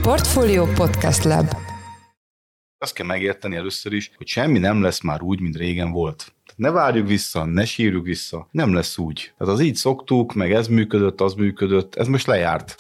Portfolio Podcast Lab. Azt kell megérteni először is, hogy semmi nem lesz már úgy, mint régen volt. Ne várjuk vissza, ne sírjuk vissza, nem lesz úgy. Tehát az így szoktuk, meg ez működött, az működött, ez most lejárt.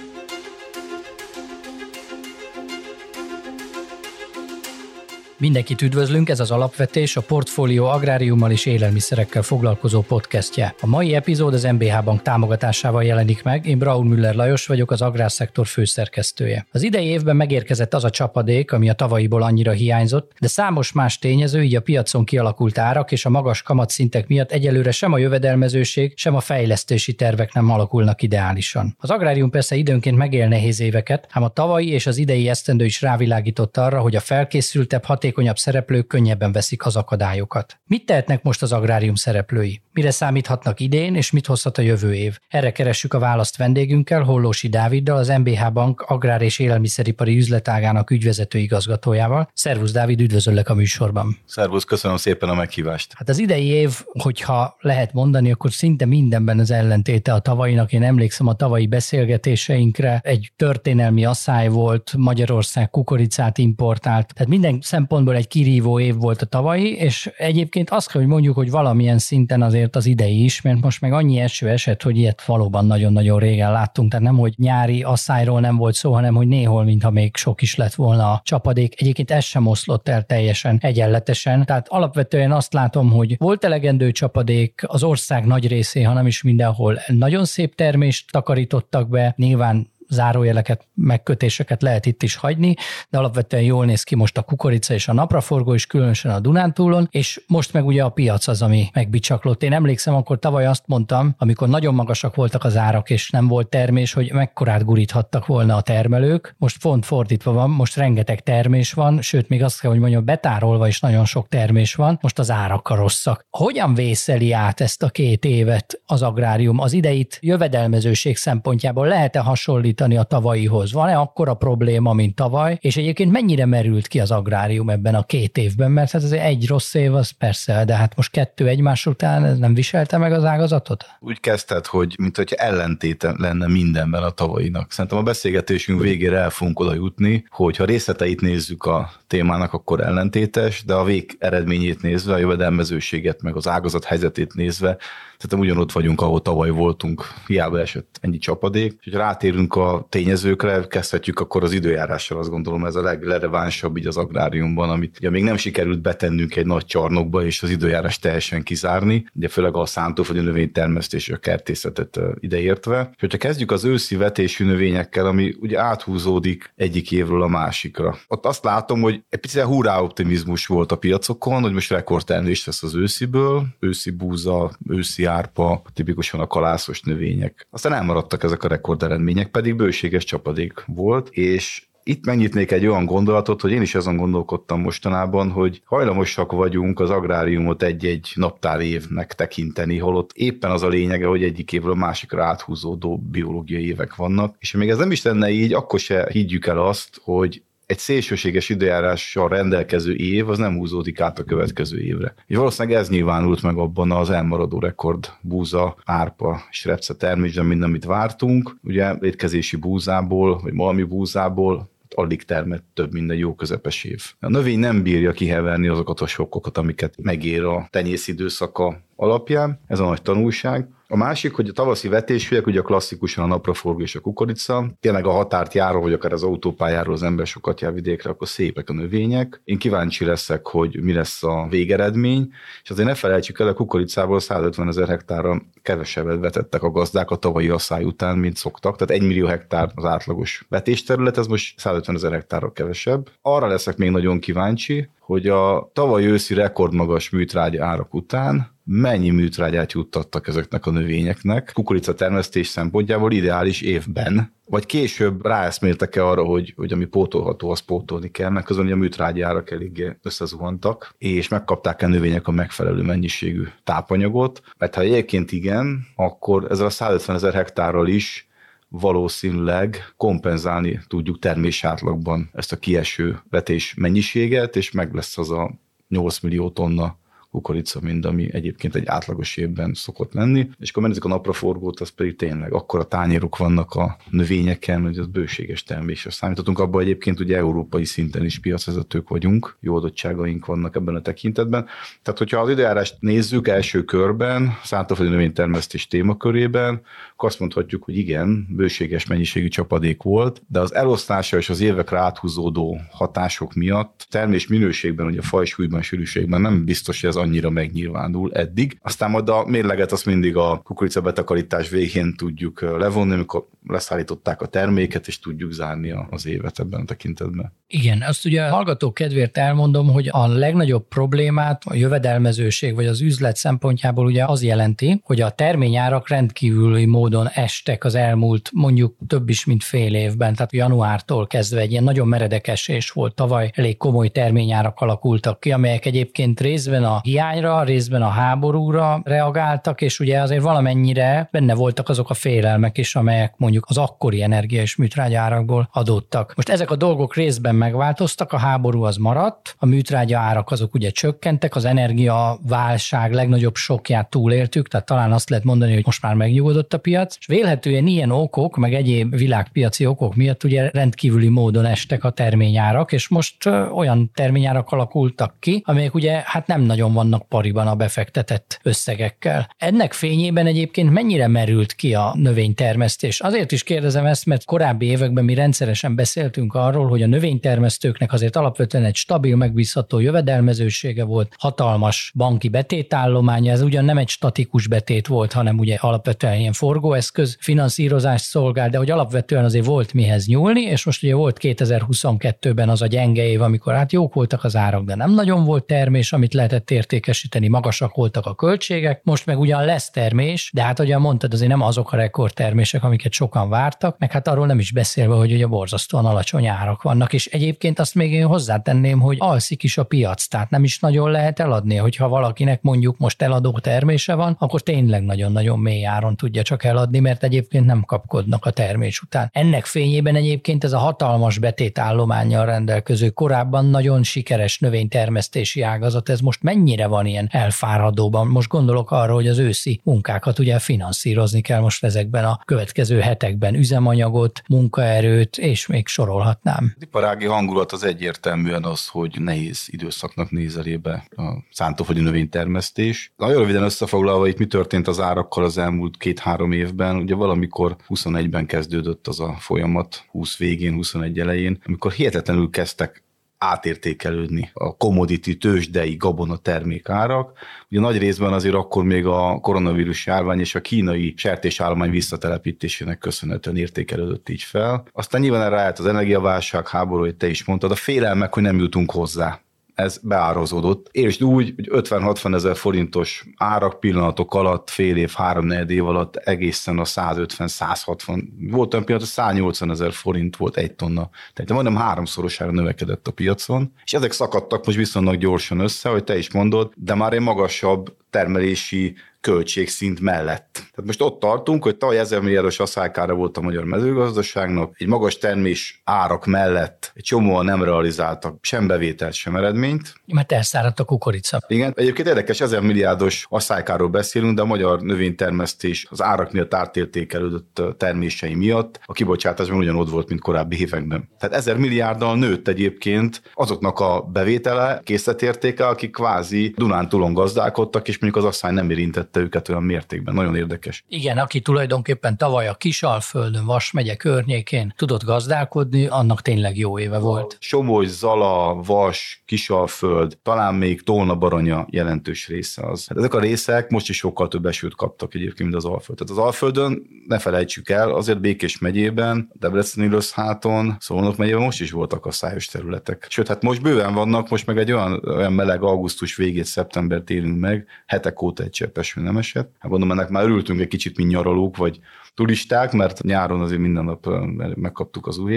Mindenkit üdvözlünk, ez az Alapvetés, a Portfolio agráriummal és élelmiszerekkel foglalkozó podcastje. A mai epizód az MBH Bank támogatásával jelenik meg, én Braun Müller Lajos vagyok, az agrárszektor főszerkesztője. Az idei évben megérkezett az a csapadék, ami a tavalyiból annyira hiányzott, de számos más tényező, így a piacon kialakult árak és a magas kamatszintek miatt egyelőre sem a jövedelmezőség, sem a fejlesztési tervek nem alakulnak ideálisan. Az agrárium persze időnként megél nehéz éveket, ám a tavalyi és az idei esztendő is rávilágított arra, hogy a felkészültebb, hatékonyabb szereplők könnyebben veszik az akadályokat. Mit tehetnek most az agrárium szereplői? Mire számíthatnak idén, és mit hozhat a jövő év? Erre keressük a választ vendégünkkel, Hollósy Dáviddal, az MBH Bank agrár- és élelmiszeripari üzletágának ügyvezető igazgatójával. Szervusz Dávid, üdvözöllek a műsorban. Szervusz, köszönöm szépen a meghívást. Hát az idei év, hogyha lehet mondani, akkor szinte mindenben az ellentéte a tavalyinak. Én emlékszem a tavalyi beszélgetéseinkre, egy történelmi asszály volt, Magyarország kukoricát importált, tehát minden szempontból egy kirívó év volt a tavalyi, és egyébként azt kell, hogy mondjuk, hogy valamilyen szinten azért az idei is, mert most meg annyi eső esett, hogy ilyet valóban nagyon-nagyon régen láttunk, tehát nem, hogy nyári asszályról nem volt szó, hanem hogy néhol, mintha még sok is lett volna a csapadék. Egyébként ez sem oszlott el teljesen egyenletesen, tehát alapvetően azt látom, hogy volt elegendő csapadék az ország nagy részén, hanem is mindenhol nagyon szép termést takarítottak be, nyilván zárójeleket, megkötéseket lehet itt is hagyni, de alapvetően jól néz ki most a kukorica és a napraforgó is, különösen a Dunántúlon, és most meg ugye a piac az, ami megbicsaklott. Én emlékszem, akkor tavaly azt mondtam, amikor nagyon magasak voltak az árak, és nem volt termés, hogy mekkorát guríthattak volna a termelők. Most pont fordítva van, most rengeteg termés van, sőt, még azt kell, hogy mondjam, betárolva is nagyon sok termés van, most az árak a rosszak. Hogyan vészeli át ezt a 2 évet az agrárium? Az ideit jövedelmezőség szempontjából lehet-e hasonlítani a tavalyihoz? Van-e akkora probléma, mint tavaly? És egyébként mennyire merült ki az agrárium ebben a 2 évben? Mert hát ez egy rossz év, az persze, de hát most 2 egymás után ez nem viselte meg az ágazatot? Úgy kezdted, hogy mintha ellentéte lenne mindenben a tavalyinak. Szerintem a beszélgetésünk végére el fogunk oda jutni, hogy ha részleteit nézzük a témának, akkor ellentétes, de a végeredményét nézve, a jövedelmezőséget, meg az ágazat helyzetét nézve, tehát ugyanott vagyunk, ahol tavaly voltunk, hiába esett ennyi csapadék. És ha rátérünk a tényezőkre, kezdhetjük akkor az időjárással, azt gondolom ez a legrelevánsabb így az agráriumban, amit ugye még nem sikerült betennünk egy nagy csarnokba, és az időjárás teljesen kizárni, ugye főleg a szántóföldi növénytermesztés és a kertészetet ideértve. És hogyha kezdjük az őszi vetésű növényekkel, ami ugye áthúzódik egyik évről a másikra. Ott azt látom, hogy egy picit hurrá optimizmus volt a piacokon, hogy most rekordtermés lesz az ősziből, őszi búza, őszi árpa, tipikusan a kalászos növények. Aztán elmaradtak ezek a rekorderedmények, pedig bőséges csapadék volt, és itt megnyitnék egy olyan gondolatot, hogy én is azon gondolkodtam mostanában, hogy hajlamosak vagyunk az agráriumot egy-egy naptári évnek tekinteni, holott éppen az a lényege, hogy egyik évről a másikra áthúzódó biológiai évek vannak. És még ez nem is lenne így, akkor se higgyük el azt, hogy egy szélsőséges időjárással rendelkező év az nem húzódik át a következő évre. És valószínűleg ez nyilvánult meg abban az elmaradó rekord búza, árpa és repce termésben, mint amit vártunk. Ugye étkezési búzából, vagy malmi búzából alig termett több minden jó közepes év. A növény nem bírja kiheverni azokat a sokkokat, amiket megér a tenyész időszaka alapján. Ez a nagy tanulság. A másik, hogy a tavaszi vetésűek, ugye klasszikusan a napraforgó és a kukorica, tényleg a határt járó, vagy akár az autópályáról az ember sokat jár vidékre, akkor szépek a növények. Én kíváncsi leszek, hogy mi lesz a végeredmény, és azért ne felejtsük el, a kukoricából 150 000 hektárra kevesebbet vetettek a gazdák a tavalyi asszály után, mint szoktak, tehát 1 millió hektár az átlagos vetésterület, ez most 150 000 hektárra kevesebb. Arra leszek még nagyon kíváncsi, hogy a tavaly őszi rekordmagas műtrágya árak után mennyi műtrágyát juttattak ezeknek a növényeknek kukorica termesztés szempontjából ideális évben, vagy később ráeszméltek-e arra, hogy ami pótolható, azt pótolni kell, mert közben a műtrágyárak eléggé összezuhantak, és megkapták a növények a megfelelő mennyiségű tápanyagot, mert ha egyébként igen, akkor ezzel a 150 000 hektárral is valószínűleg kompenzálni tudjuk termésátlagban ezt a kieső vetés mennyiséget, és meg lesz az a 8 millió tonna kukorica, mint ami egyébként egy átlagos évben szokott lenni. És akkor megnézzük a napraforgót, az pedig tényleg akkora tányérok vannak a növényeken, hogy az bőséges termésre számíthatunk. Abban egyébként ugye európai szinten is piacvezetők vagyunk, jó adottságaink vannak ebben a tekintetben. Tehát, hogyha az időjárást nézzük első körben, szántóföldi növénytermesztés témakörében, akkor azt mondhatjuk, hogy igen, bőséges mennyiségű csapadék volt, de az elosztása és az évekre áthúzódó hatások miatt termés minőségben, ugye a fajsúlyban, sűrűségben nem biztos, hogy ez annyira megnyilvánul eddig. Aztán majd a mérleget azt mindig a kukoricabetakarítás végén tudjuk levonni, amikor leszállították a terméket, és tudjuk zárni az évet ebben a tekintetben. Igen, azt ugye a hallgatók kedvéért elmondom, hogy a legnagyobb problémát a jövedelmezőség vagy az üzlet szempontjából ugye az jelenti, hogy a terményárak rendkívüli módon estek az elmúlt mondjuk több is, mint fél évben, tehát januártól kezdve egy ilyen nagyon meredek esés volt tavaly, elég komoly terményárak alakultak ki, amelyek egyébként részben a hiányra, részben a háborúra reagáltak, és ugye azért valamennyire benne voltak azok a félelmek is, amelyek mondjuk az akkori energia és műtrágyaárakból adódtak. Most ezek a dolgok részben megváltoztak, a háború az maradt, a műtrágya árak azok ugye csökkentek, az energiaválság legnagyobb sokját túléltük, tehát talán azt lehet mondani, hogy most már megnyugodott a piac, és vélhetően ilyen okok, meg egyéb világpiaci okok miatt ugye rendkívüli módon estek a terményárak, és most olyan terményárak alakultak ki, amelyek ugye hát nem nagyon vannak pariban a befektetett összegekkel. Ennek fényében egyébként mennyire merült ki a növénytermesztés? Azért is kérdezem ezt, mert korábbi években mi rendszeresen beszéltünk arról, hogy a növénytermesztőknek azért alapvetően egy stabil, megbízható jövedelmezősége volt, hatalmas banki betétállománya, ez ugyan nem egy statikus betét volt, hanem ugye alapvetően ilyen forgóeszköz finanszírozást szolgál, de hogy alapvetően azért volt mihez nyúlni, és most ugye volt 2022-ben az a gyenge év, amikor hát jók voltak az árak, de nem nagyon volt termés, amit lehetett értékesíteni, magasak voltak a költségek, most meg ugyan lesz termés, de hát ahogyan mondtad, azért nem azok a rekordtermések, amiket sokan vártak, meg hát arról nem is beszélve, hogy ugye borzasztóan alacsony árak vannak, és egyébként azt még én hozzátenném, hogy alszik is a piac, tehát nem is nagyon lehet eladni, hogyha valakinek mondjuk most eladó termése van, akkor tényleg nagyon-nagyon mély áron tudja csak eladni, mert egyébként nem kapkodnak a termés után. Ennek fényében egyébként ez a hatalmas betétállománnyal rendelkező, korábban nagyon sikeres növénytermesztési ágazat, ez most mennyire van ilyen elfáradóban? Most gondolok arra, hogy az őszi munkákat ugye finanszírozni kell most ezekben a következő hetekben, üzemanyagot, munkaerőt, és még sorolhatnám. Az iparági hangulat az egyértelműen az, hogy nehéz időszaknak néz elébe a szántóföldi növénytermesztés. Nagyon röviden összefoglalva, itt mi történt az árakkal az elmúlt 2-3 évben, ugye valamikor 21-ben kezdődött az a folyamat, 20 végén, 21 elején, amikor hihetetlenül kezdtek átértékelődni a commodity tőzsdei gabona termékárak. Ugye nagy részben azért akkor még a koronavírus járvány és a kínai sertésállomány visszatelepítésének köszönhetően értékelődött így fel. Aztán nyilván erre állt az energiaválság, háború, hogy te is mondtad, a félelmek, hogy nem jutunk hozzá. Ez beárazódott. És úgy, hogy 50-60 ezer forintos árak pillanatok alatt, fél év, 3-4 év alatt egészen a 150-160, volt olyan pillanat, 180 ezer forint volt egy tonna. Tehát majdnem 3-szorosára növekedett a piacon, és ezek szakadtak most viszonylag gyorsan össze, hogy te is mondod, de már egy magasabb termelési költségszint mellett. Tehát most ott tartunk, hogy tavaly 1000 milliárdos aszálykára volt a magyar mezőgazdaságnak, egy magas termés árak mellett egy csomóan nem realizáltak sem bevételt, sem eredményt. Mert elszáradt a kukorica. Igen, egyébként érdekes, 1000 milliárdos aszálykáról beszélünk, de a magyar növénytermesztés az árak miatt átértékelődött termései miatt a kibocsátásban ugyanott volt, mint korábbi években. Tehát 1000 milliárddal nőtt egyébként azoknak a bevétele, készletértéke, akik kvázi Dunántúlon gazdálkodtak, és mondjuk az asszály nem érintette őket olyan mértékben. Nagyon érdekes. Igen, aki tulajdonképpen tavaly a Kisalföldön, Vas megye környékén tudott gazdálkodni, annak tényleg jó éve volt. Somogy, Zala, Vas, Kisalföld, talán még Tolna, Baranya jelentős része az. Hát ezek a részek most is sokkal több esőt kaptak egyébként, mint az Alföld. Tehát az Alföldön, ne felejtsük el, azért Békés megyében, Debreceni Löszháton, Szolnok megyében most is voltak asszályos területek. Sőt, hát most bőven vannak, most meg egy olyan meleg augusztus végét, szeptembert élünk meg, hetek óta egy csepp eső nem esett. Hát gondolom, ennek már örültünk egy kicsit, mint nyaralók, vagy turisták, mert nyáron azért minden nap megkaptuk az ujjét.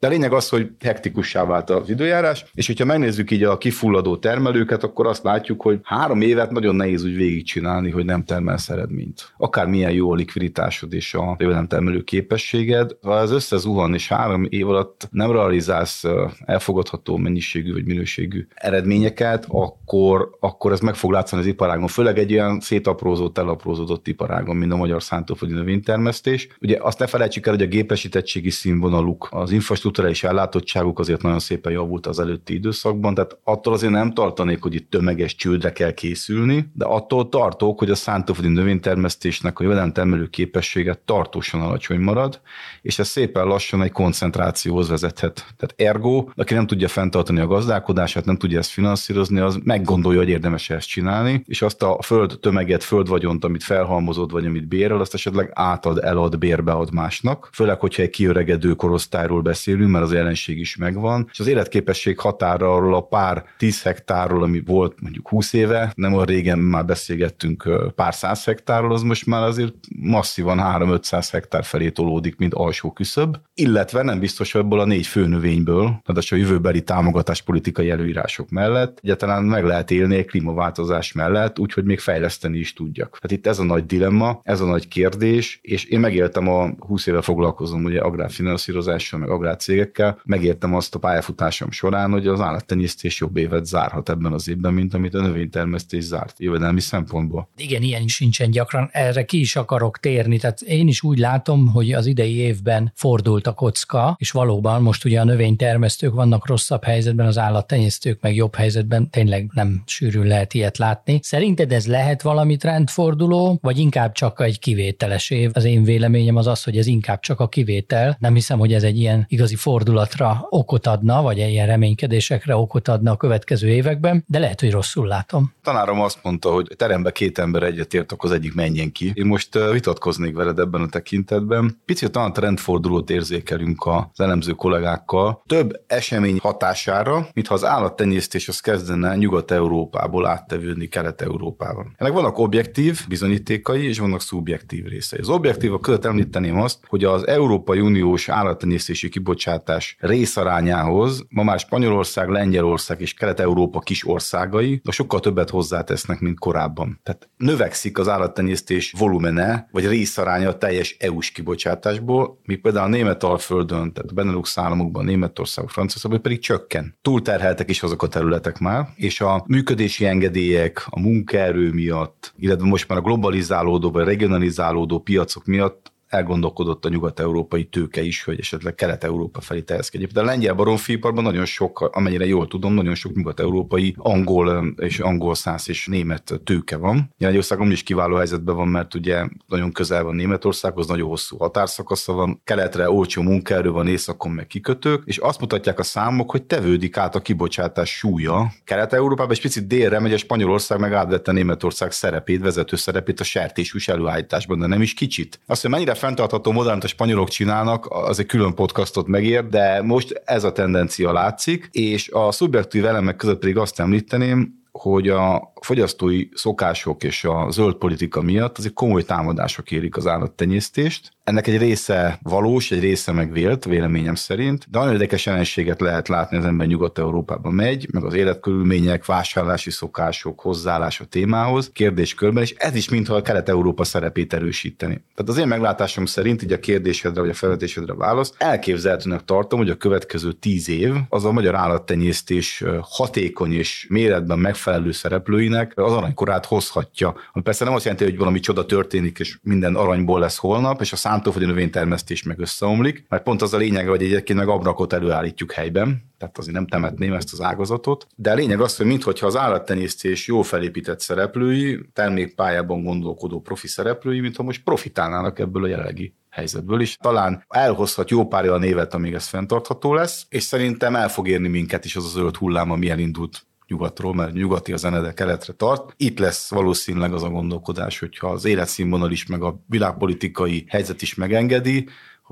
De a lényeg az, hogy hektikussá vált az időjárás, és hogyha megnézzük így a kifulladó termelőket, akkor azt látjuk, hogy 3 évet nagyon nehéz úgy végigcsinálni, hogy nem termelsz eredményt. Akármilyen jó a likviditásod és a jövedelemtermelő képességed, ha az összezuhan és 3 év alatt nem realizálsz elfogadható mennyiségű vagy minőségű eredményeket, akkor ez meg fog látszani az iparágon, főleg egy olyan szétaprózott, elaprózódott iparágon, mint a magyar szántóföldi növénytermesztés. Ugye azt ne felejtsük el, hogy a gépesítettségi színvonaluk, az infrastruktúrális ellátottságuk azért nagyon szépen javult az előtti időszakban, tehát attól azért nem tartanék, hogy itt tömeges csődre kell készülni, de attól tartok, hogy a szántóföldi növénytermesztésnek a jövedelemtermelő képessége tartósan alacsony marad, és ez szépen lassan egy koncentrációhoz vezethet. Tehát ergo, aki nem tudja fenntartani a gazdálkodását, nem tudja ezt finanszírozni, az meggondolja, hogy érdemes ezt csinálni, és azt a föld tömeget, földvagyont, amit felhalmozott, vagy amit bérel, azt esetleg átad, elad, bérbe ad másnak. Főleg, hogyha egy kiöregedő korosztályról beszélünk, mert az jelenség is megvan, és az életképesség határa arról a pár 10 hektárról, ami volt mondjuk 20 éve, nem olyan régen már beszélgettünk pár 100 hektárról, az most már azért masszívan 300-500 hektár felé tolódik, mint alsó küszöb, illetve nem biztos, hogy ebből a 4 főnövényből, tehát a jövőbeli támogatáspolitikai előírások mellett egyáltalán meg lehet élni egy klímaváltozás mellett, úgyhogy még fejleszteni is tudjak. Tehát itt ez a nagy dilemma, ez a nagy kérdés, és én megéltem 20 éve foglalkozom ugye agrárfinanszírozással, meg agrárcégekkel, megértem azt a pályafutásom során, hogy az állattenyésztés jobb évet zárhat ebben az évben, mint amit a növénytermesztés zárt jövedelmi szempontból. Igen, ilyen sincsen gyakran, erre ki is akarok térni, tehát én is úgy látom, hogy az idei évben fordult a kocka, és valóban most ugye a növénytermesztők vannak rosszabb helyzetben, az állattenyésztők meg jobb helyzetben, tényleg nem sűrűn lehet ilyet látni. Szerinted ez lehet valami trendforduló, vagy inkább csak egy kivételes év? Az én véleményem az, hogy ez inkább csak a kivétel. Nem hiszem, hogy ez egy ilyen igazi fordulatra okot adna, vagy egy ilyen reménykedésekre okot adna a következő években, de lehet, hogy rosszul látom. Tanárom azt mondta, hogy terembe 2 ember egyetért, akkor az egyik menjen ki. Én most vitatkoznék veled ebben a tekintetben. Picit talán trendfordulót érzékelünk az elemző kollégákkal. Több esemény hatására, mintha az állattenyésztés az kezdene Nyugat-Európából áttevődni Kelet-Európába. Ennek vannak objektív bizonyítékai, és vannak szubjektív részei. Az objektívak között említeném azt, hogy az Európai Uniós állattenyésztési kibocsátás részarányához ma már Spanyolország, Lengyelország és Kelet-Európa kis országai sokkal többet hozzátesznek, mint korábban. Tehát növekszik az állattenyésztés volumene, vagy részaránya a teljes EU-s kibocsátásból, míg például a Németalföldön, tehát a Benelux államokban, Németország, Franciaországban pedig csökken. Túlterheltek is azok a területek már, és a működési engedélyek, a munkaerő miatt, illetve most már a globalizálódó vagy regionalizálódó piacok miatt elgondolkodott a nyugat-európai tőke is, hogy esetleg Kelet-Európa felé terjeszkedjék. De a lengyel baromfiiparban nagyon sok, amennyire jól tudom, nagyon sok nyugat-európai angol és angol-szász és német tőke van. Lengyelországon is kiváló helyzetben van, mert ugye nagyon közel van Németországhoz, nagyon hosszú határszakasza van, keletre olcsó munkaerő van, északon meg kikötők, és azt mutatják a számok, hogy tevődik át a kibocsátás súlya Kelet-Európába, és picit délre megy, a Spanyolország meg átvette Németország szerepét, vezető szerepét a sertéshús előállításban, de nem is kicsit. Azt, hogy mennyire fenntartható modellt a spanyolok csinálnak, az egy külön podcastot megér, de most ez a tendencia látszik, és a szubjektív elemek között pedig azt említeném, hogy a fogyasztói szokások és a zöld politika miatt azért komoly támadások érik az állattenyésztést. Ennek egy része valós, egy része meg vélt, véleményem szerint, de nagyon érdekes jelenséget lehet látni, az ember Nyugat-Európában megy, meg az életkörülmények, vásárlási szokások, hozzáállás a témához, kérdéskörben, és ez is mintha a Kelet-Európa szerepét erősíteni. Tehát az én meglátásom szerint, így a kérdésedre vagy a felvetésedre válasz, elképzelhetőnek tartom, hogy a következő 10 év az a magyar állattenyésztés hatékony és méretben megfelelő szereplőinek az aranykorát hozhatja. Ami persze nem azt jelenti, hogy valami csoda történik, és minden aranyból lesz holnap, és a szántóföldi növénytermesztés meg összeomlik, mert pont az a lényeg, hogy egyébként meg abrakot előállítjuk helyben, tehát azért nem temetném ezt az ágazatot. De a lényeg az, hogy minthogyha az állattenyésztés jól felépített szereplői, termékpályában gondolkodó profi szereplői, mintha most profitálnának ebből a jelenlegi helyzetből is. Talán elhozhat jó pár olyan évet, amíg ez fenntartható lesz, és szerintem el fog érni minket is az a zöld hullám, ami elindult nyugatról, mert nyugati a zene, de keletre tart. Itt lesz valószínűleg az a gondolkodás, hogyha az életszínvonal is, meg a világpolitikai helyzet is megengedi,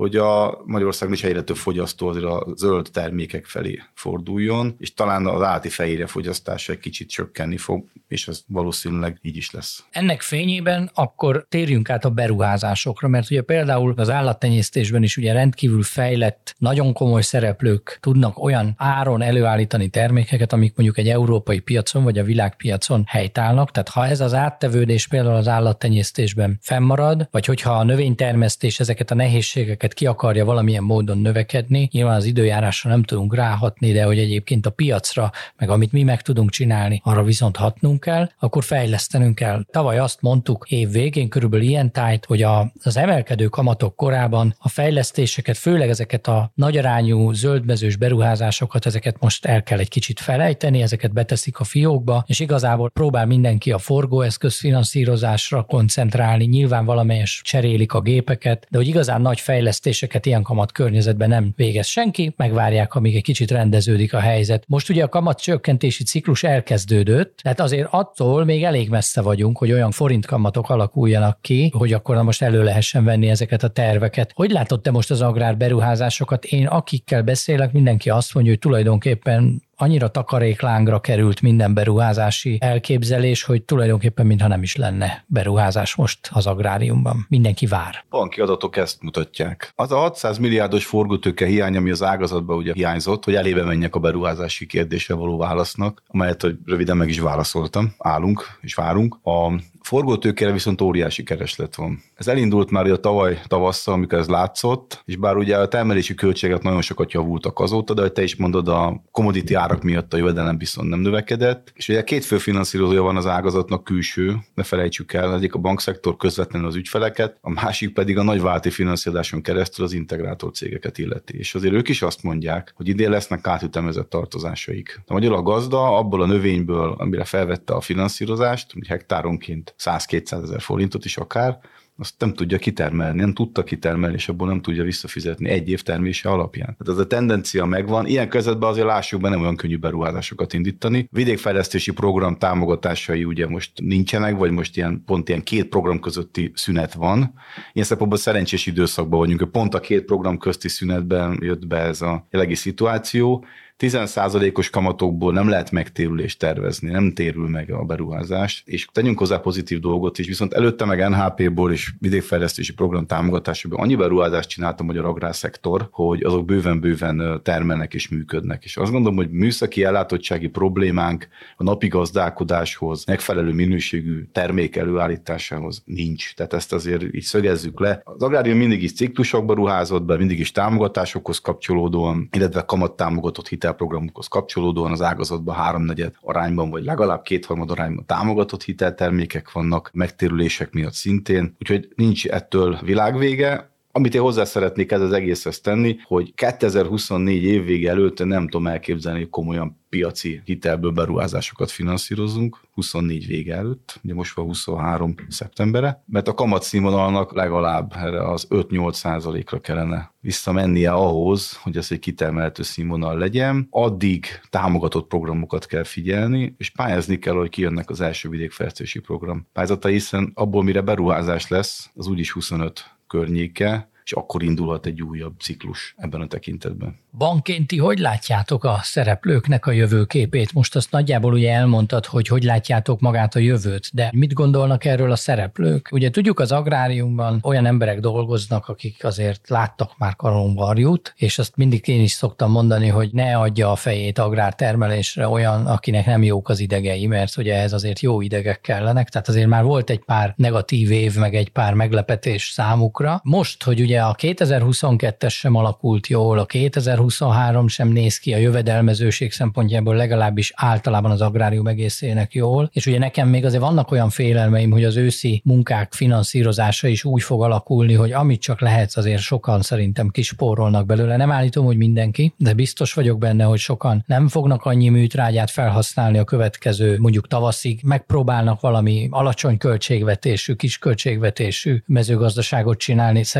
hogy a Magyarországon is egyre több fogyasztó azért a zöld termékek felé forduljon, és talán az állati fehérje fogyasztása egy kicsit csökkenni fog, és ez valószínűleg így is lesz. Ennek fényében akkor térjünk át a beruházásokra, mert ugye például az állattenyésztésben is ugye rendkívül fejlett, nagyon komoly szereplők tudnak olyan áron előállítani termékeket, amik mondjuk egy európai piacon vagy a világpiacon helytállnak. Tehát ha ez az áttevődés például az állattenyésztésben fennmarad, vagy hogyha a növénytermesztés ezeket a nehézségeket ki akarja valamilyen módon növekedni, nyilván az időjárásra nem tudunk ráhatni, de hogy egyébként a piacra, meg amit mi meg tudunk csinálni, arra viszont hatnunk kell, akkor fejlesztenünk kell. Tavaly azt mondtuk év végén körülbelül ilyen tájt, hogy az emelkedő kamatok korában a fejlesztéseket, főleg ezeket a nagyarányú zöldmezős beruházásokat, ezeket most el kell egy kicsit felejteni, ezeket beteszik a fiókba, és igazából próbál mindenki a forgóeszköz finanszírozásra koncentrálni, nyilván valamelyes cserélik a gépeket, de hogy igazán nagy fejlesztéseket ilyen kamat környezetben nem végez senki, megvárják, amíg egy kicsit rendeződik a helyzet. Most ugye a kamatcsökkentési ciklus elkezdődött, tehát azért attól még elég messze vagyunk, hogy olyan forintkamatok alakuljanak ki, hogy akkor most elő lehessen venni ezeket a terveket. Hogy látod te most az agrárberuházásokat? Én akikkel beszélek, mindenki azt mondja, hogy tulajdonképpen annyira takaréklángra került minden beruházási elképzelés, hogy tulajdonképpen mintha nem is lenne beruházás most az agráriumban. Mindenki vár. Banki adatok ezt mutatják. Az a 600 milliárdos forgótőke hiány, ami az ágazatban ugye hiányzott, hogy elébe menjek a beruházási kérdésre való válasznak, amelyet hogy röviden meg is válaszoltam. Állunk és várunk. A forgótőkére viszont óriási kereslet van. Ez elindult már a tavaly tavasszal, amikor ez látszott, és bár ugye a termelési költségek nagyon sokat javultak azóta, de hogy te is mondod, a commodity árak miatt a jövedelem viszont nem növekedett. És ugye két fő finanszírozója van az ágazatnak külső, ne felejtsük el, egyik a bankszektor közvetlenül az ügyfeleket, a másik pedig a nagyvállalati finanszírozáson keresztül az integrátor cégeket illeti. És azért ők is azt mondják, hogy idén lesznek átütemezett tartozásaik. A magyar a gazda abból a növényből, amire felvette a finanszírozást, hogy hektáronként 100-200 ezer forintot is akár, azt nem tudja kitermelni, nem tudta kitermelni, és abból nem tudja visszafizetni egy év termése alapján. Tehát ez a tendencia megvan. Ilyen közvetben azért lássuk be, nem olyan könnyű beruházásokat indítani. Vidékfejlesztési program támogatásai ugye most nincsenek, vagy most pont ilyen két program közötti szünet van. Ilyen szempontból szerencsés időszakban vagyunk, hogy pont a két program közti szünetben jött be ez a jelenlegi szituáció. 10%-os kamatokból nem lehet megtérülést tervezni, nem térül meg a beruházás, és tegyünk hozzá pozitív dolgot is, viszont előtte meg NHP-ból és vidékfejlesztési program támogatásában annyi beruházást csinált a magyar agrárszektor, hogy azok bőven-bőven termelnek és működnek. És azt gondolom, hogy műszaki ellátottsági problémánk a napi gazdálkodáshoz, megfelelő minőségű termék előállításához nincs. Tehát ezt azért így szögezzük le. Az agrárium mindig is ciklusokba ruházott be, mindig is támogatásokhoz kapcsolódóan, illetve kamattámogatott hitelprogramokhoz kapcsolódóan az ágazatban 3/4 arányban, vagy legalább 2/3 arányban támogatott hiteltermékek vannak, megtérülések miatt szintén, úgyhogy nincs ettől világvége. Amit én hozzá szeretnék ez az egészhez tenni, hogy 2024 év vége előtt nem tudom elképzelni, hogy komolyan piaci hitelből beruházásokat finanszírozunk, 24 vége előtt, ugye most van 23 szeptembere, mert a kamatszínvonalnak legalább erre az 5-8%-ra kellene visszamennie ahhoz, hogy ez egy kitermelhető színvonal legyen. Addig támogatott programokat kell figyelni, és pályázni kell, hogy kijönnek az első vidékfejlesztési program pályázata, hiszen abból mire beruházás lesz, az úgyis 25 környéke, és akkor indulhat egy újabb ciklus ebben a tekintetben. Bankként ti hogy látjátok a szereplőknek a jövőképét? Most azt nagyjából ugye elmondtad, hogy látjátok magát a jövőt, de mit gondolnak erről a szereplők? Ugye tudjuk, az agráriumban olyan emberek dolgoznak, akik azért láttak már karonvarjút, és azt mindig én is szoktam mondani, hogy ne adja a fejét agrártermelésre olyan, akinek nem jók az idegei, mert ugye ez azért jó idegek kellenek, tehát azért már volt egy pár negatív év, meg egy pár meglepetés számukra. Most, hogy ugye a 2022-es sem alakult jól, a 2023 sem néz ki a jövedelmezőség szempontjából legalábbis általában az agrárium egészének jól, és ugye nekem még azért vannak olyan félelmeim, hogy az őszi munkák finanszírozása is úgy fog alakulni, hogy amit csak lehet, azért sokan szerintem kispórolnak belőle. Nem állítom, hogy mindenki, de biztos vagyok benne, hogy sokan nem fognak annyi műtrágyát felhasználni a következő mondjuk tavaszig, megpróbálnak valami alacsony költségvetésű, kis költségvetésű mezőgazdaságot csinálni. Szerintem legalább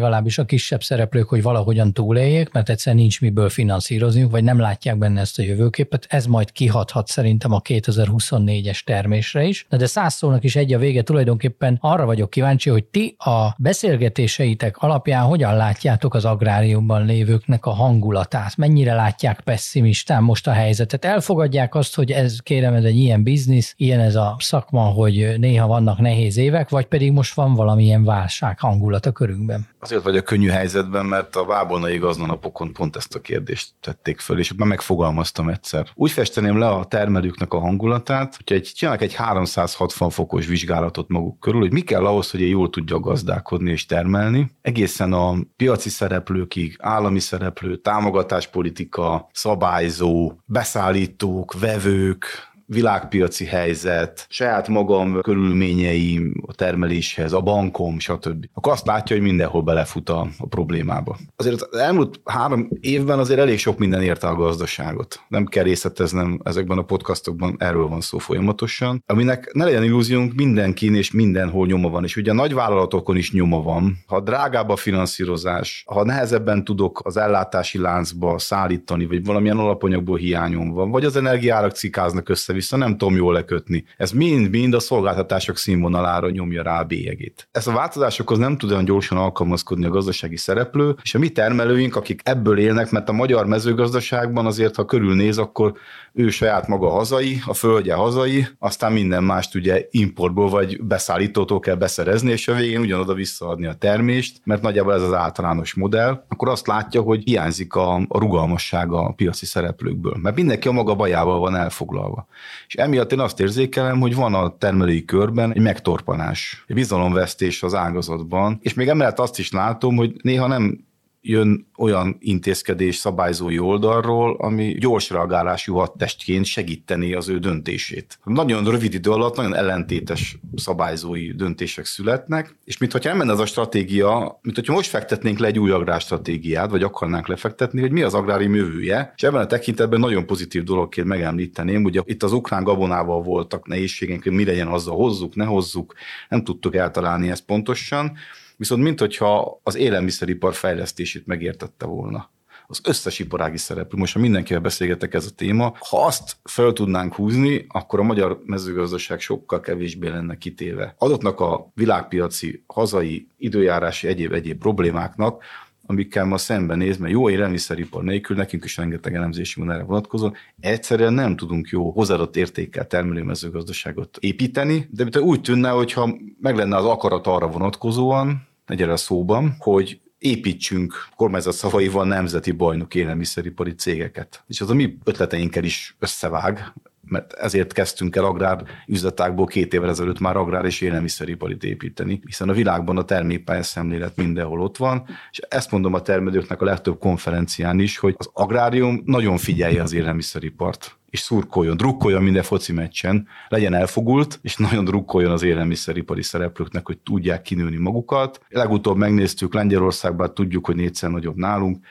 legalábbis a kisebb szereplők, hogy valahogyan túléljék, mert egyszerűen nincs miből finanszírozniuk, vagy nem látják benne ezt a jövőképet. Ez majd kihathat szerintem a 2024-es termésre is. De 100 szónak is egy a vége, tulajdonképpen arra vagyok kíváncsi, hogy ti a beszélgetéseitek alapján hogyan látjátok az agráriumban lévőknek a hangulatát, mennyire látják pessimistán most a helyzetet. Elfogadják azt, hogy ez egy ilyen biznisz, ilyen ez a szakma, hogy néha vannak nehéz évek, vagy pedig most van valamilyen válság hangulat a körünkben? Azért vagy a könnyű helyzetben, mert a Vábolnai Gazdanapokon pont ezt a kérdést tették föl, és már megfogalmaztam egyszer. Úgy festeném le a termelőknek a hangulatát, hogyha csinálnak egy 360 fokos vizsgálatot maguk körül, hogy mi kell ahhoz, hogy jól tudja gazdálkodni és termelni. Egészen a piaci szereplőkig, állami szereplő, támogatáspolitika, szabályzó, beszállítók, vevők, világpiaci helyzet, saját magam körülményei a termeléshez, a bankom, stb. Akkor azt látja, hogy mindenhol belefut a problémába. Azért az elmúlt 3 évben azért elég sok minden érte a gazdaságot. Nem kell részleteznem ezekben a podcastokban, erről van szó folyamatosan. Aminek ne legyen illúziónk, mindenkin és mindenhol nyoma van, és ugye a nagyvállalatokon is nyoma van. Ha drágább a finanszírozás, ha nehezebben tudok az ellátási láncba szállítani, vagy valamilyen alapanyagból hiányom van, vagy az energiárak cikáznak össze-vissza, nem tudom jól lekötni. Ez mind-mind a szolgáltatások színvonalára nyomja rá a bélyegét. Ezt a változásokhoz nem tud olyan gyorsan alkalmazkodni a gazdasági szereplő, és a mi termelőink, akik ebből élnek, mert a magyar mezőgazdaságban azért, ha körülnéz, akkor ő saját maga hazai, a földje hazai, aztán minden mást ugye importból vagy beszállítótól kell beszerezni, és a végén ugyanoda visszaadni a termést, mert nagyjából ez az általános modell, akkor azt látja, hogy hiányzik a rugalmassága a piaci szereplőkből, mert mindenki a maga bajával van elfoglalva. És emiatt én azt érzékelem, hogy van a termelői körben egy megtorpanás, egy bizalomvesztés az ágazatban, és még emellett azt is látom, hogy néha nem jön olyan intézkedés szabályzói oldalról, ami gyors reagálású hadtestként segíteni az ő döntését. Nagyon rövid idő alatt nagyon ellentétes szabályzói döntések születnek, és mintha nem menne az a stratégia, mintha most fektetnénk le egy új agrárstratégiát, vagy akarnánk lefektetni, hogy mi az agrárium jövője, és ebben a tekintetben nagyon pozitív dologként megemlíteném, ugye itt az ukrán gabonával voltak nehézségeink, hogy mi legyen azzal, hozzuk, ne hozzuk, nem tudtuk eltalálni ezt pontosan, viszont minthogyha az élelmiszeripar fejlesztését megértette volna. Az összes iparági szereplő, most ha mindenkivel beszélgetek ez a téma, ha azt fel tudnánk húzni, akkor a magyar mezőgazdaság sokkal kevésbé lenne kitéve adottnak a világpiaci, hazai, időjárási egyéb problémáknak, amikkel ma szembenéz, mert jó élelmiszeripar nélkül, nekünk is rengeteg elemzési van erre vonatkozó, egyszerűen nem tudunk jó hozzáadott értékkel termelő mezőgazdaságot építeni, de úgy tűnne, hogyha meg lenne az akarat arra vonatkozóan, egyre szóban, hogy építsünk kormányzat szavaival nemzeti bajnok élelmiszeripari cégeket. És az a mi ötleteinkkel is összevág, mert ezért kezdtünk el agrárüzletákból 2 évvel ezelőtt már agrár és élelmiszeriparit építeni, hiszen a világban a termékpályaszemlélet mindenhol ott van, és ezt mondom a termelőknek a legtöbb konferencián is, hogy az agrárium nagyon figyelje az élelmiszeripart, és szurkoljon, drukkoljon minden foci meccsen, legyen elfogult, és nagyon drukkoljon az élelmiszeripari szereplőknek, hogy tudják kinőni magukat. Legutóbb megnéztük Lengyelországban, tudjuk, hogy 4-szer nagyobb nálunk,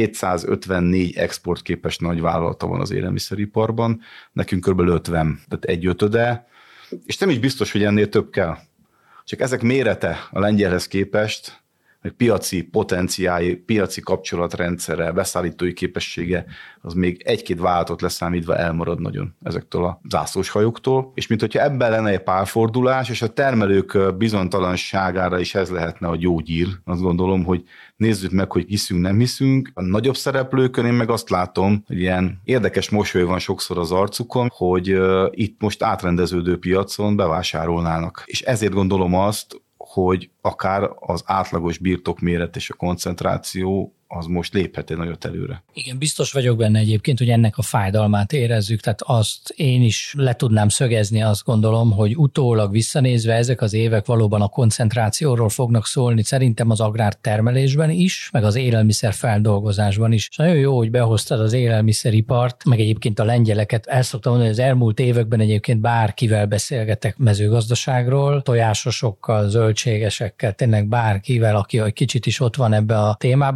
254 exportképes nagyvállalata van az élelmiszeriparban, nekünk kb. 50, tehát 1/5, és nem is biztos, hogy ennél több kell. Csak ezek mérete a lengyelhez képest, meg piaci potenciái, piaci kapcsolatrendszerrel, beszállítói képessége, az még 1-2 vállalatot leszámítva elmarad nagyon ezektől a zászlós hajóktól. És mint hogyha ebben lenne egy párfordulás, és a termelők bizonytalanságára is ez lehetne a gyógyír. Azt gondolom, hogy nézzük meg, hogy hiszünk, nem hiszünk. A nagyobb szereplőkön én meg azt látom, hogy ilyen érdekes mosoly van sokszor az arcukon, hogy itt most átrendeződő piacon bevásárolnának. És ezért gondolom azt, hogy akár az átlagos birtokméret és a koncentráció az most léphet egy nagyot előre. Igen, biztos vagyok benne egyébként, hogy ennek a fájdalmát érezzük, tehát azt én is le tudnám szögezni, azt gondolom, hogy utólag visszanézve ezek az évek valóban a koncentrációról fognak szólni, szerintem az agrártermelésben is, meg az élelmiszer feldolgozásban is. És nagyon jó, hogy behoztad az élelmiszeripart, meg egyébként a lengyeleket. El szoktam mondani, hogy az elmúlt években egyébként bárkivel beszélgetek mezőgazdaságról, tojásosokkal, zöldségesekkel, tényleg bárkivel, aki egy kicsit is ott van ebbe a témába,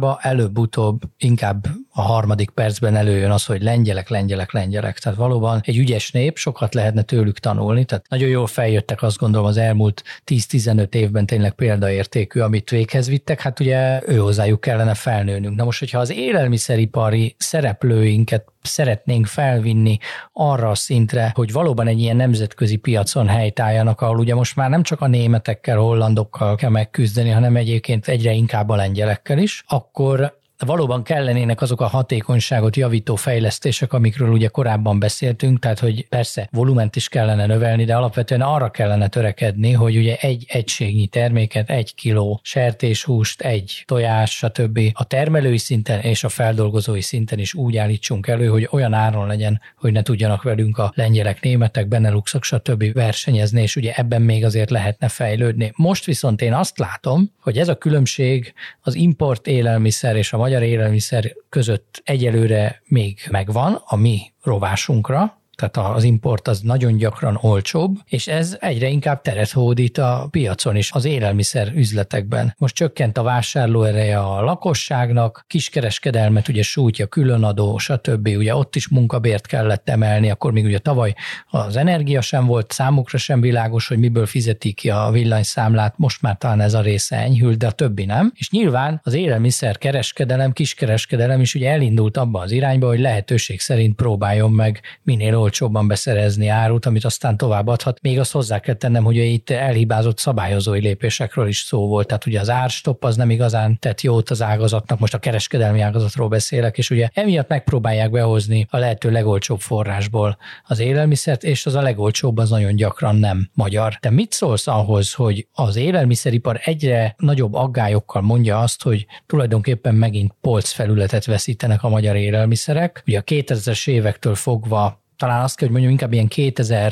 előbb-utóbb inkább a harmadik percben előjön az, hogy lengyelek. Tehát valóban egy ügyes nép, sokat lehetne tőlük tanulni. Tehát nagyon jól feljöttek, azt gondolom, az elmúlt 10-15 évben tényleg példaértékű, amit véghez vittek, hát ugye hozzájuk kellene felnőnünk. Na most, hogyha az élelmiszeripari szereplőinket szeretnénk felvinni arra a szintre, hogy valóban egy ilyen nemzetközi piacon helytálljanak, ahol ugye most már nem csak a németekkel, hollandokkal kell megküzdeni, hanem egyébként egyre inkább a lengyelekkel is, akkor valóban kellenének azok a hatékonyságot javító fejlesztések, amikről ugye korábban beszéltünk, tehát hogy persze volument is kellene növelni, de alapvetően arra kellene törekedni, hogy ugye egy egységnyi terméket, 1 kiló sertéshúst, 1 tojás, stb. A termelői szinten és a feldolgozói szinten is úgy állítsunk elő, hogy olyan áron legyen, hogy ne tudjanak velünk a lengyelek, németek, beneluxok, stb. Versenyezni, és ugye ebben még azért lehetne fejlődni. Most viszont én azt látom, hogy ez a különbség az import élelmiszer és a magyar élelmiszer között egyelőre még megvan a mi rovásunkra, tehát az import az nagyon gyakran olcsóbb, és ez egyre inkább teret hódít a piacon is, az élelmiszer üzletekben. Most csökkent a vásárlóereje a lakosságnak, kiskereskedelmet ugye sújtja különadó, stb. Ugye ott is munkabért kellett emelni, akkor még ugye tavaly az energia sem volt, számukra sem világos, hogy miből fizetik ki a villanyszámlát, most már talán ez a része enyhült, de a többi nem. És nyilván az élelmiszer kereskedelem, kiskereskedelem is ugye elindult abba az irányba, hogy lehetőség szerint próbáljon meg minél olcsóbban beszerezni árut, amit aztán továbbadhat. Még azt hozzá kell tennem, hogy itt elhibázott szabályozói lépésekről is szó volt. Tehát ugye az árstopp az nem igazán tett jót az ágazatnak, most a kereskedelmi ágazatról beszélek, és ugye emiatt megpróbálják behozni a lehető legolcsóbb forrásból az élelmiszert, és az a legolcsóbb az nagyon gyakran nem magyar. Te mit szólsz ahhoz, hogy az élelmiszeripar egyre nagyobb aggályokkal mondja azt, hogy tulajdonképpen megint polcfelületet veszítenek a magyar élelmiszerek? Ugye a 2000-es évektől fogva talán azt kell, hogy mondjam, inkább ilyen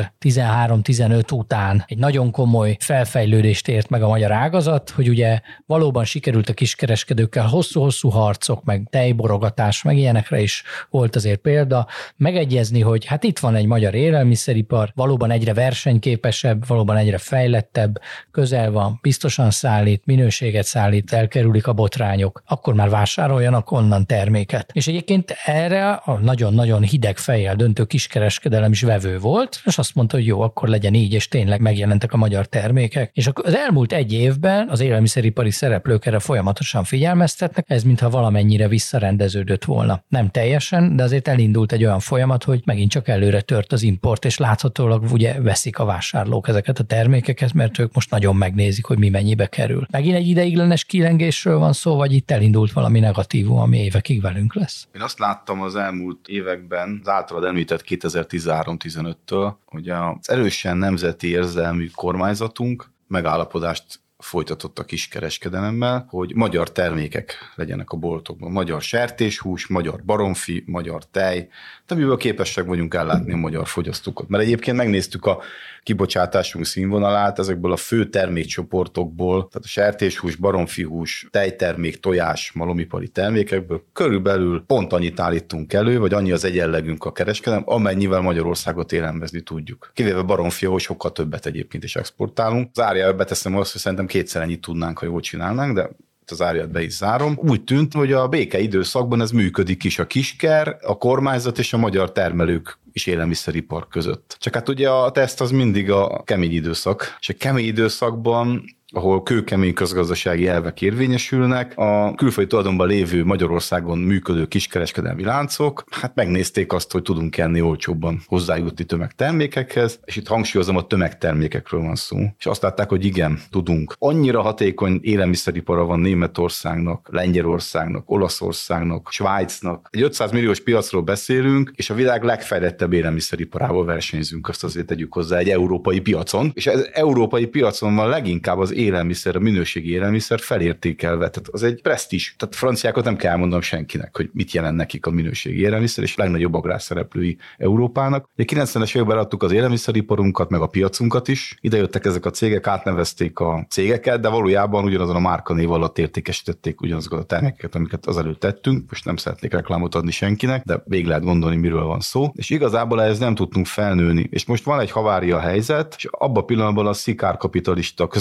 2013-15 után egy nagyon komoly felfejlődést ért meg a magyar ágazat, hogy ugye valóban sikerült a kiskereskedőkkel hosszú-hosszú harcok, meg tejborogatás, meg ilyenekre is volt azért példa, megegyezni, hogy hát itt van egy magyar élelmiszeripar, valóban egyre versenyképesebb, valóban egyre fejlettebb, közel van, biztosan szállít, minőséget szállít, elkerülik a botrányok, akkor már vásároljanak onnan terméket. És egyébként erre a nagyon-nagyon hideg fejjel döntő kiskereskedelem is vevő volt, és azt mondta, hogy jó, akkor legyen így, és tényleg megjelentek a magyar termékek. És az elmúlt egy évben az élelmiszeripari szereplők erre folyamatosan figyelmeztetnek, ez mintha valamennyire visszarendeződött volna. Nem teljesen, de azért elindult egy olyan folyamat, hogy megint csak előre tört az import, és láthatólag ugye veszik a vásárlók ezeket a termékeket, mert ők most nagyon megnézik, hogy mi mennyibe kerül. Megint egy ideiglenes kilengésről van szó, vagy itt elindult valami negatívum, ami évekig velünk lesz? Én azt láttam az elmúlt években, az általad említett 2013-15-től, hogy az erősen nemzeti érzelmű kormányzatunk megállapodást folytatott a kiskereskedelemmel, hogy magyar termékek legyenek a boltokban. Magyar sertéshús, magyar baromfi, magyar tej, de miből képesek vagyunk ellátni a magyar fogyasztókat. Mert egyébként megnéztük a kibocsátásunk színvonalát ezekből a fő termékcsoportokból, tehát a sertéshús, baromfihús, tejtermék, tojás, malomipari termékekből körülbelül pont annyit állítunk elő, vagy annyi az egyenlegünk a kereskedelem, amennyivel Magyarországot élelmezni tudjuk. Kivéve baromfi, ahol sokkal többet egyébként is exportálunk. Zárjába beteszem azt, hogy szerintem kétszer ennyit tudnánk, ha jól csinálnánk, de az árját be is zárom. Úgy tűnt, hogy a béke időszakban ez működik is a kisker, a kormányzat és a magyar termelők és élelmiszeripar között. Csak hát ugye a teszt az mindig a kemény időszak, és a kemény időszakban, ahol kőkemény közgazdasági elvek érvényesülnek, a külföldi tulajdonban lévő Magyarországon működő kiskereskedelmi láncok, hát megnézték azt, hogy tudunk ennél olcsóbban hozzájutni tömegtermékekhez, és itt hangsúlyozom, a tömegtermékekről van szó. És azt látták, hogy igen, tudunk. Annyira hatékony élelmiszeripara van Németországnak, Lengyelországnak, Olaszországnak, Svájcnak. Egy 500 milliós piacról beszélünk, és a világ legfejlettebb élelmiszeriparával versenyzünk, azt azért tegyük hozzá egy európai piacon. És az európai piacon van leginkább az élelmiszer, a minőségi élelmiszer felértékelve. Tehát az egy presztízs. Tehát franciákat nem kell elmondanom senkinek, hogy mit jelent nekik a minőségi élelmiszer, és a legnagyobb agrárszereplői Európának. Ugye 90-es években adtuk az élelmiszeriparunkat, meg a piacunkat is. Ide jöttek ezek a cégek, átnevezték a cégeket, de valójában ugyanazon a márkanév alatt értékesítették ugyanazokat a termékeket, amiket azelőtt tettünk. Most nem szeretnék reklámot adni senkinek, de végig lehet gondolni, miről van szó. És igazából ehhez nem tudtunk felnőni. És most van egy havária helyzet, és abban a pillanatban a szikárkapitalista közgazdasági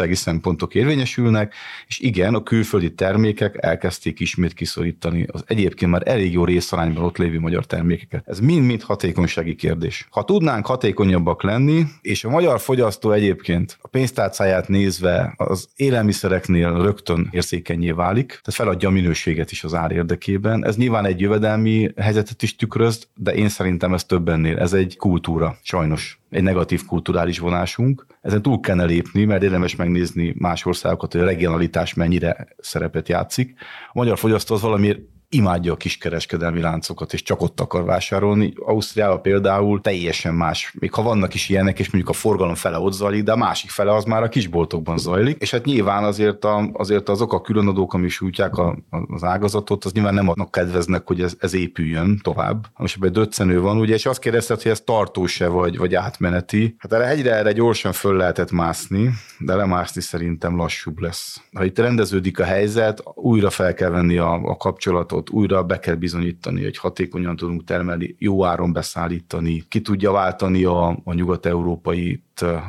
gazdasági szempontok érvényesülnek, és igen, a külföldi termékek elkezdték ismét kiszorítani az egyébként már elég jó részarányban ott lévő magyar termékeket. Ez mind-mind hatékonysági kérdés. Ha tudnánk hatékonyabbak lenni, és a magyar fogyasztó egyébként a pénztárcáját nézve az élelmiszereknél rögtön érzékenyé válik, tehát feladja a minőséget is az ár érdekében. Ez nyilván egy jövedelmi helyzetet is tükröz, de én szerintem ez több ennél. Ez egy kultúra, sajnos. Egy negatív kulturális vonásunk. Ezen túl kellene lépni, mert érdemes megnézni más országokat, hogy a regionalitás mennyire szerepet játszik. A magyar fogyasztó az valamiért imádja a kiskereskedelmi láncokat, és csak ott akar vásárolni. Ausztriában például teljesen más. Még ha vannak is ilyenek, és mondjuk a forgalom fele ott zajlik, de a másik fele az már a kisboltokban zajlik. És hát nyilván azért azok a különadók, amik sújtják az ágazatot, az nyilván nem annak kedveznek, hogy ez épüljön tovább. Most ebben döccenő van, ugye, és azt kérdezted, hogy ez tartós-e vagy átmeneti. Hát erre gyorsan föl lehetett mászni, de lemászni szerintem lassúbb lesz. Ha itt rendeződik a helyzet, újra fel kell venni a kapcsolatot, újra be kell bizonyítani, hogy hatékonyan tudunk termelni, jó áron beszállítani, ki tudja váltani a nyugat-európai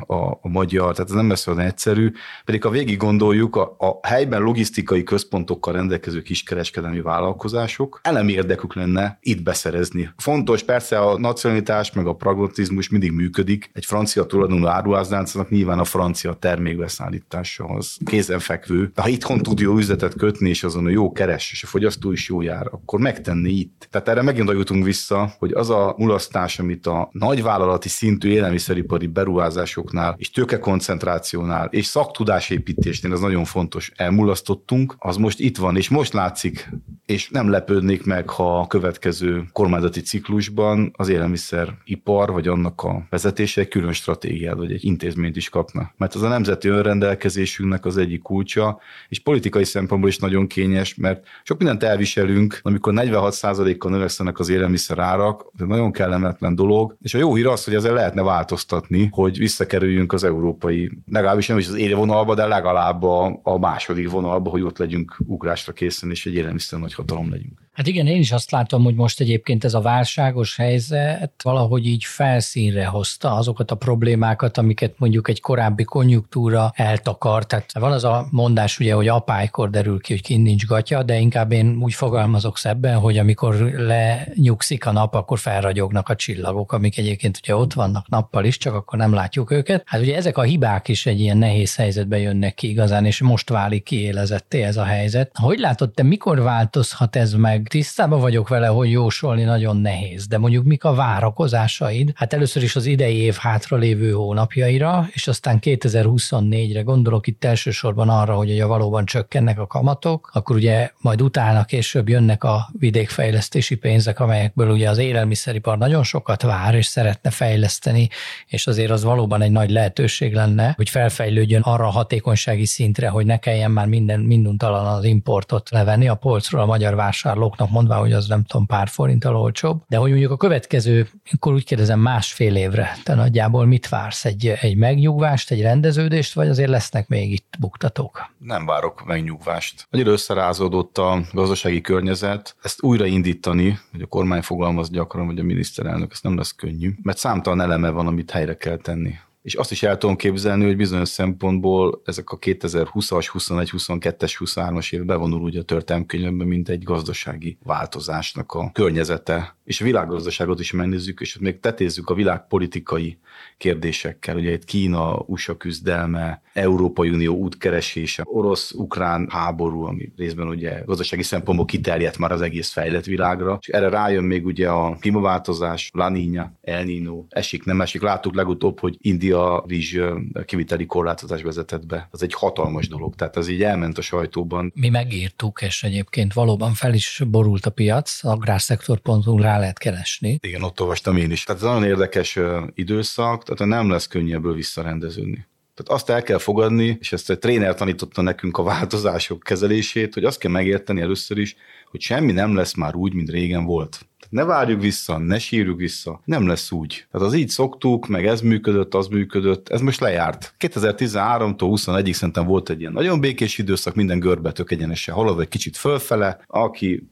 a magyar, tehát ez nem lesz olyan egyszerű, pedig ha végig gondoljuk, a helyben logisztikai központokkal rendelkező kiskereskedelmi vállalkozások elemi érdekük lenne itt beszerezni. Fontos, persze a nacionalitás meg a pragmatizmus mindig működik, egy francia tulajdonú áruházláncnak nyilván a francia termékbeszállítása az kézenfekvő, de ha itthon tud jó üzletet kötni, és azon a jó keres, és a fogyasztó is jó jár, akkor megtenni itt. Tehát erre megint jutunk vissza, hogy az a mulasztás, amit a nagyvállalati szintű élelmiszeripari beruházásoknál és tőkekoncentrációnál és szaktudásépítésnél, ez nagyon fontos, elmulasztottunk, az most itt van, és most látszik, és nem lepődnék meg, ha a következő kormányzati ciklusban az élelmiszeripar, vagy annak a vezetése egy külön stratégiát, vagy egy intézményt is kapna. Mert az a nemzeti önrendelkezésünknek az egyik kulcsa, és politikai szempontból is nagyon kényes, mert sok mindent elviselünk, amikor 46%-kal növekszenek az élelmiszer árak, ez nagyon kellemetlen dolog, és a jó hír az, hogy ezzel lehetne változtatni, hogy visszakerüljünk az európai, legalábbis nem is az élvonalba, de legalább a második vonalba, hogy ott legyünk ugrásra készen, és egy élelmiszer nagyhatalom legyünk. Hát igen, én is azt látom, hogy most egyébként ez a válságos helyzet valahogy így felszínre hozta azokat a problémákat, amiket mondjuk egy korábbi konjunktúra eltakart. Tehát van az a mondás ugye, hogy apálykor derül ki, hogy kint nincs gatya, de inkább én úgy fogalmazok szebben, hogy amikor lenyugszik a nap, akkor felragyognak a csillagok, amik egyébként ugye ott vannak nappal is, csak akkor nem látjuk őket. Hát ugye ezek a hibák is egy ilyen nehéz helyzetbe jönnek ki igazán, és most válik kiélezetté ez a helyzet. Hogy látod, te mikor változhat ez meg? Tisztában vagyok vele, hogy jósolni nagyon nehéz, de mondjuk mik a várakozásaid? Hát először is az idei év hátralévő hónapjaira, és aztán 2024-re gondolok itt elsősorban arra, hogy ugye valóban csökkennek a kamatok, akkor ugye majd utána később jönnek a vidékfejlesztési pénzek, amelyekből ugye az élelmiszeripar nagyon sokat vár, és szeretne fejleszteni, és azért az valóban egy nagy lehetőség lenne, hogy felfejlődjön arra a hatékonysági szintre, hogy ne kelljen már minduntalan az importot levenni a polcról a magyar vásárlóknak, mondva, hogy az nem tudom, pár forinttal olcsóbb, de hogy mondjuk a következő, akkor úgy kérdezem, másfél évre te nagyjából mit vársz? Egy megnyugvást, egy rendeződést, vagy azért lesznek még itt buktatók? Nem várok megnyugvást. Annyira összerázódott a gazdasági környezet, ezt újraindítani, hogy a kormány fogalmaz gyakran, vagy a miniszterelnök, ez nem lesz könnyű, mert számtalan eleme van, amit helyre kell tenni. És azt is el tudom képzelni, hogy bizonyos szempontból ezek a 2020-as, 21, 22-es, 23-as év bevonul ugye a történelemkönyvben, mint egy gazdasági változásnak a környezete. És a világgazdaságot is megnézzük, és még tetézzük a világpolitikai kérdésekkel. Ugye itt Kína, USA küzdelme, Európai Unió útkeresése, orosz-ukrán háború, ami részben ugye gazdasági szempontból kiterjedt már az egész fejlett világra. És erre rájön még ugye a klímaváltozás, La Niña, El Niño, esik, nem esik. Láttuk legutóbb, hogy India rizs kiviteli korlátozás vezetett be. Ez egy hatalmas dolog, tehát ez így elment a sajtóban. Mi megírtuk, és egyébként valóban fel is borult a piac, agrárszektor.hu rá lehet keresni. Igen, ott olvastam én is. Tehát ez nagyon érdekes időszak, tehát nem lesz könnyű ebből visszarendeződni. Tehát azt el kell fogadni, és ezt egy tréner tanította nekünk a változások kezelését, hogy azt kell megérteni először is, hogy semmi nem lesz már úgy, mint régen volt. Ne várjuk vissza, ne sírjuk vissza, nem lesz úgy. Tehát az így szoktuk, meg ez működött, az működött, ez most lejárt. 2013-tól 21-ig szerintem volt egy ilyen nagyon békés időszak, minden görbe tök egyenesen halad, egy kicsit fölfele, aki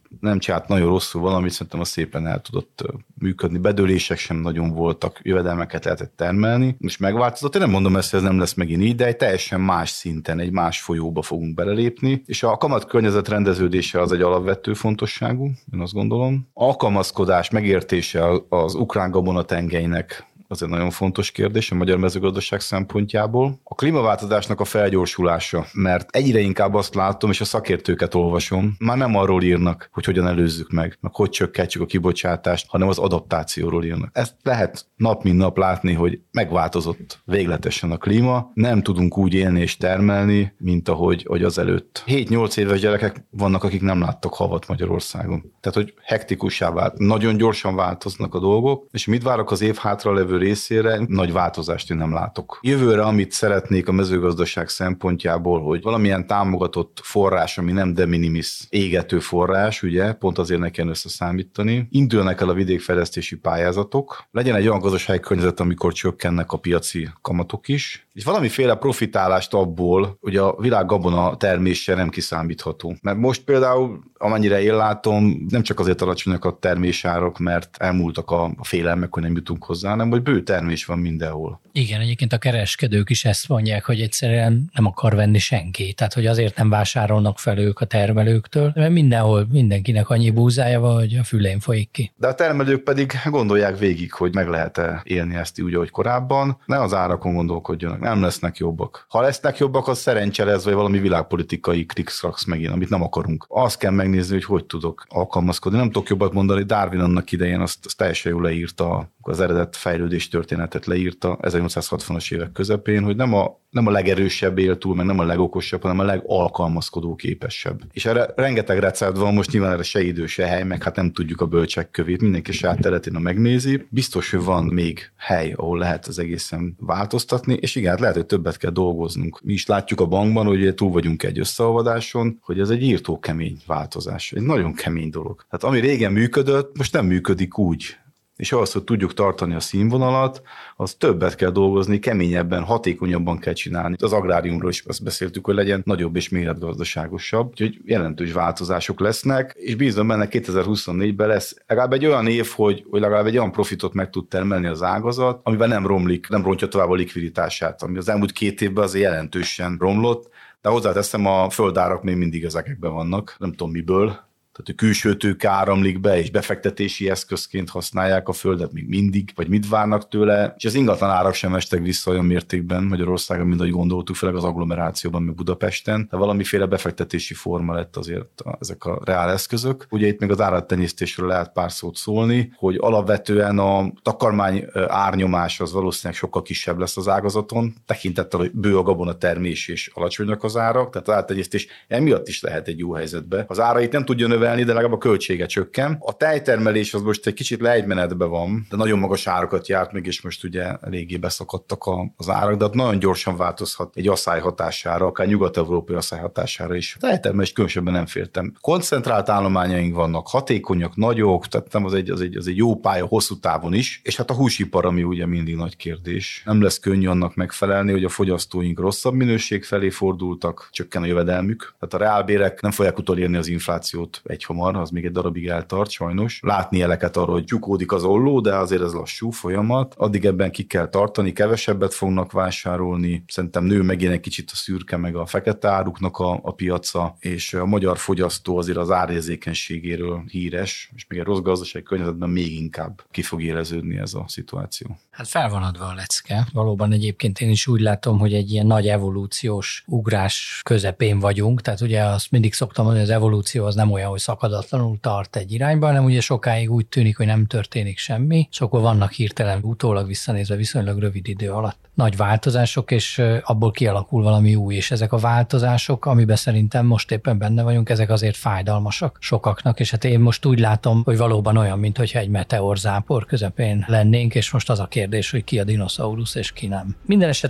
nem csinált nagyon rosszul valamit, szerintem az szépen el tudott működni. Bedőlések sem nagyon voltak, jövedelmeket lehetett termelni, és megváltozott. Én nem mondom ezt, hogy ez nem lesz megint így, de egy teljesen más szinten, egy más folyóba fogunk belelépni, és a kamat környezet rendeződése az egy alapvető fontosságú, én azt gondolom. Alkalmazkodás, megértése az ukrán gabonatengelynek az egy nagyon fontos kérdés a magyar mezőgazdaság szempontjából. A klímaváltozásnak a felgyorsulása, mert egyre inkább azt látom, és a szakértőket olvasom, már nem arról írnak, hogy hogyan előzzük meg hogy csökkentsük a kibocsátást, hanem az adaptációról írnak. Ezt lehet nap mint nap látni, hogy megváltozott végletesen a klíma, nem tudunk úgy élni és termelni, mint ahogy az előtt. 7-8 éves gyerekek vannak, akik nem láttak havat Magyarországon. Tehát, hogy hektikussá vált, nagyon gyorsan változnak a dolgok, és mit várok az év hátralevő részére, nagy változást én nem látok. Jövőre, amit szeretnék a mezőgazdaság szempontjából, hogy valamilyen támogatott forrás, ami nem de minimis égető forrás, ugye, pont azért ne kell összeszámítani, indulnak el a vidékfejlesztési pályázatok, legyen egy olyan gazdasági környezet, amikor csökkennek a piaci kamatok is, és valamiféle profitálást abból, hogy a világ gabona termése nem kiszámítható. Mert most például, amennyire én látom, nem csak azért alacsonyak a termésárak, mert elmúltak a félelmek, hogy nem jutunk hozzá, hanem hogy bő termés van mindenhol. Igen, egyébként a kereskedők is ezt mondják, hogy egyszerűen nem akar venni senki. Tehát, hogy azért nem vásárolnak fel ők a termelőktől, mert mindenhol mindenkinek annyi búzája van, hogy a fülén folyik ki. De a termelők pedig gondolják végig, hogy meg lehet-e élni ezt úgy, ahogy korábban. Ne az árakon gondolkodjanak, nem lesznek jobbak. Ha lesznek jobbak, az szerencse lesz, vagy valami világpolitikai krikszkrax megint, amit nem akarunk. Azt kell megnézni, hogy tudok alkalmazkodni. Nem tudok jobbat mondani, Darwin annak idején azt teljesen jól leírta, az eredet fejlődés történetet leírta 1860-as évek közepén, hogy nem a legerősebb él túl, meg nem a legokosabb, hanem a legalkalmazkodó képesebb. És erre rengeteg recept van, most nyilván erre se idő, se hely, meg hát nem tudjuk a bölcsek kövét, mindenki saját területén, ha megnézi. Biztos, hogy van még hely, ahol lehet az egészen változtatni, és igen, hát lehet, hogy többet kell dolgoznunk. Mi is látjuk a bankban, hogy túl vagyunk egy összeolvadáson, hogy ez egy írtó kemény változás, egy nagyon kemény dolog. Hát ami régen működött, most nem működik úgy. És ahhoz, hogy tudjuk tartani a színvonalat, az többet kell dolgozni, keményebben, hatékonyabban kell csinálni. Az agráriumról is azt beszéltük, hogy legyen nagyobb és méretgazdaságosabb, úgyhogy jelentős változások lesznek, és bízom benne 2024-ben lesz legalább egy olyan év, hogy legalább egy olyan profitot meg tud termelni az ágazat, amiben nem romlik, nem rontja tovább a likviditását, ami az elmúlt 2 évben azért jelentősen romlott, de hozzáteszem, a földárak még mindig ezekben vannak, nem tudom miből. Tehát a külső tőke áramlik be, és befektetési eszközként használják a földet még mindig, vagy mit várnak tőle, és az ingatlan árak sem estek vissza olyan mértékben Magyarországon, mint ahogy gondoltuk, főleg az agglomerációban, meg Budapesten, de valamiféle befektetési forma lett azért ezek a reál eszközök. Ugye itt még az állattenyésztésről lehet pár szót szólni, hogy alapvetően a takarmány árnyomás az valószínűleg sokkal kisebb lesz az ágazaton, tekintettel, hogy bő a gabona termés és alacsonyak az árak, tehát az állattenyésztés emiatt is lehet egy jó helyzetbe. Az árait nem tudja növelni, de legalább a költsége csökken. A tejtermelés az most egy kicsit lejtmenetben van, de nagyon magas árakat járt meg, és most ugye eléggé beszakadtak az árak, de nagyon gyorsan változhat egy asszály hatására, akár nyugat-európai asszály hatására is. A tejtermelést különösebben nem fértem. Koncentrált állományaink vannak, hatékonyak, nagyok, tehát nem az egy jó pálya hosszú távon is, és hát a húsipar, ami ugye mindig nagy kérdés. Nem lesz könnyű annak megfelelni, hogy a fogyasztóink rosszabb minőség felé fordultak, csökken a jövedelmük. Tehát a reálbérek nem fogják utolérni az inflációt egyhamar, az még egy darabig eltart sajnos. Látni jeleket arról, hogy csukódik az olló, de azért ez lassú folyamat. Addig ebben ki kell tartani, kevesebbet fognak vásárolni. Szerintem nő megint egy kicsit a szürke meg a fekete áruknak a piaca, és a magyar fogyasztó azért az árérzékenységéről híres, és még egy rossz gazdasági környezetben még inkább ki fog éreződni ez a szituáció. Hát fel van adva a lecke. Valóban egyébként én is úgy látom, hogy egy ilyen nagy evolúciós ugrás közepén vagyunk, tehát ugye azt mindig szoktam mondani, hogy az evolúció az nem olyan, hogy szakadatlanul tart egy irányba, hanem ugye sokáig úgy tűnik, hogy nem történik semmi, és akkor vannak hirtelen utólag visszanézve viszonylag rövid idő alatt nagy változások, és abból kialakul valami új, és ezek a változások, amiben szerintem most éppen benne vagyunk, ezek azért fájdalmasak sokaknak, és hát én most úgy látom, hogy valóban olyan, mintha egy meteorzápor közepén lennénk, és most az a kérdés, hogy ki a dinoszaurusz és ki nem. Minden esetre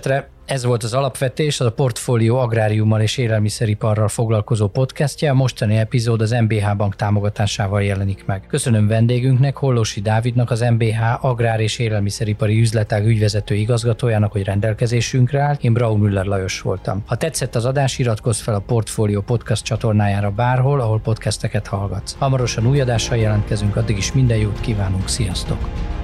Ez volt az Alapvetés, az a Portfólió agráriummal és élelmiszeriparral foglalkozó podcastje. A mostani epizód az MBH Bank támogatásával jelenik meg. Köszönöm vendégünknek, Hollósi Dávidnak, az MBH agrár- és élelmiszeripari üzletág ügyvezető igazgatójának, hogy rendelkezésünkre áll. Én Braun Müller Lajos voltam. Ha tetszett az adás, iratkozz fel a Portfólió podcast csatornájára bárhol, ahol podcasteket hallgatsz. Hamarosan új adással jelentkezünk, addig is minden jót kívánunk, sziasztok!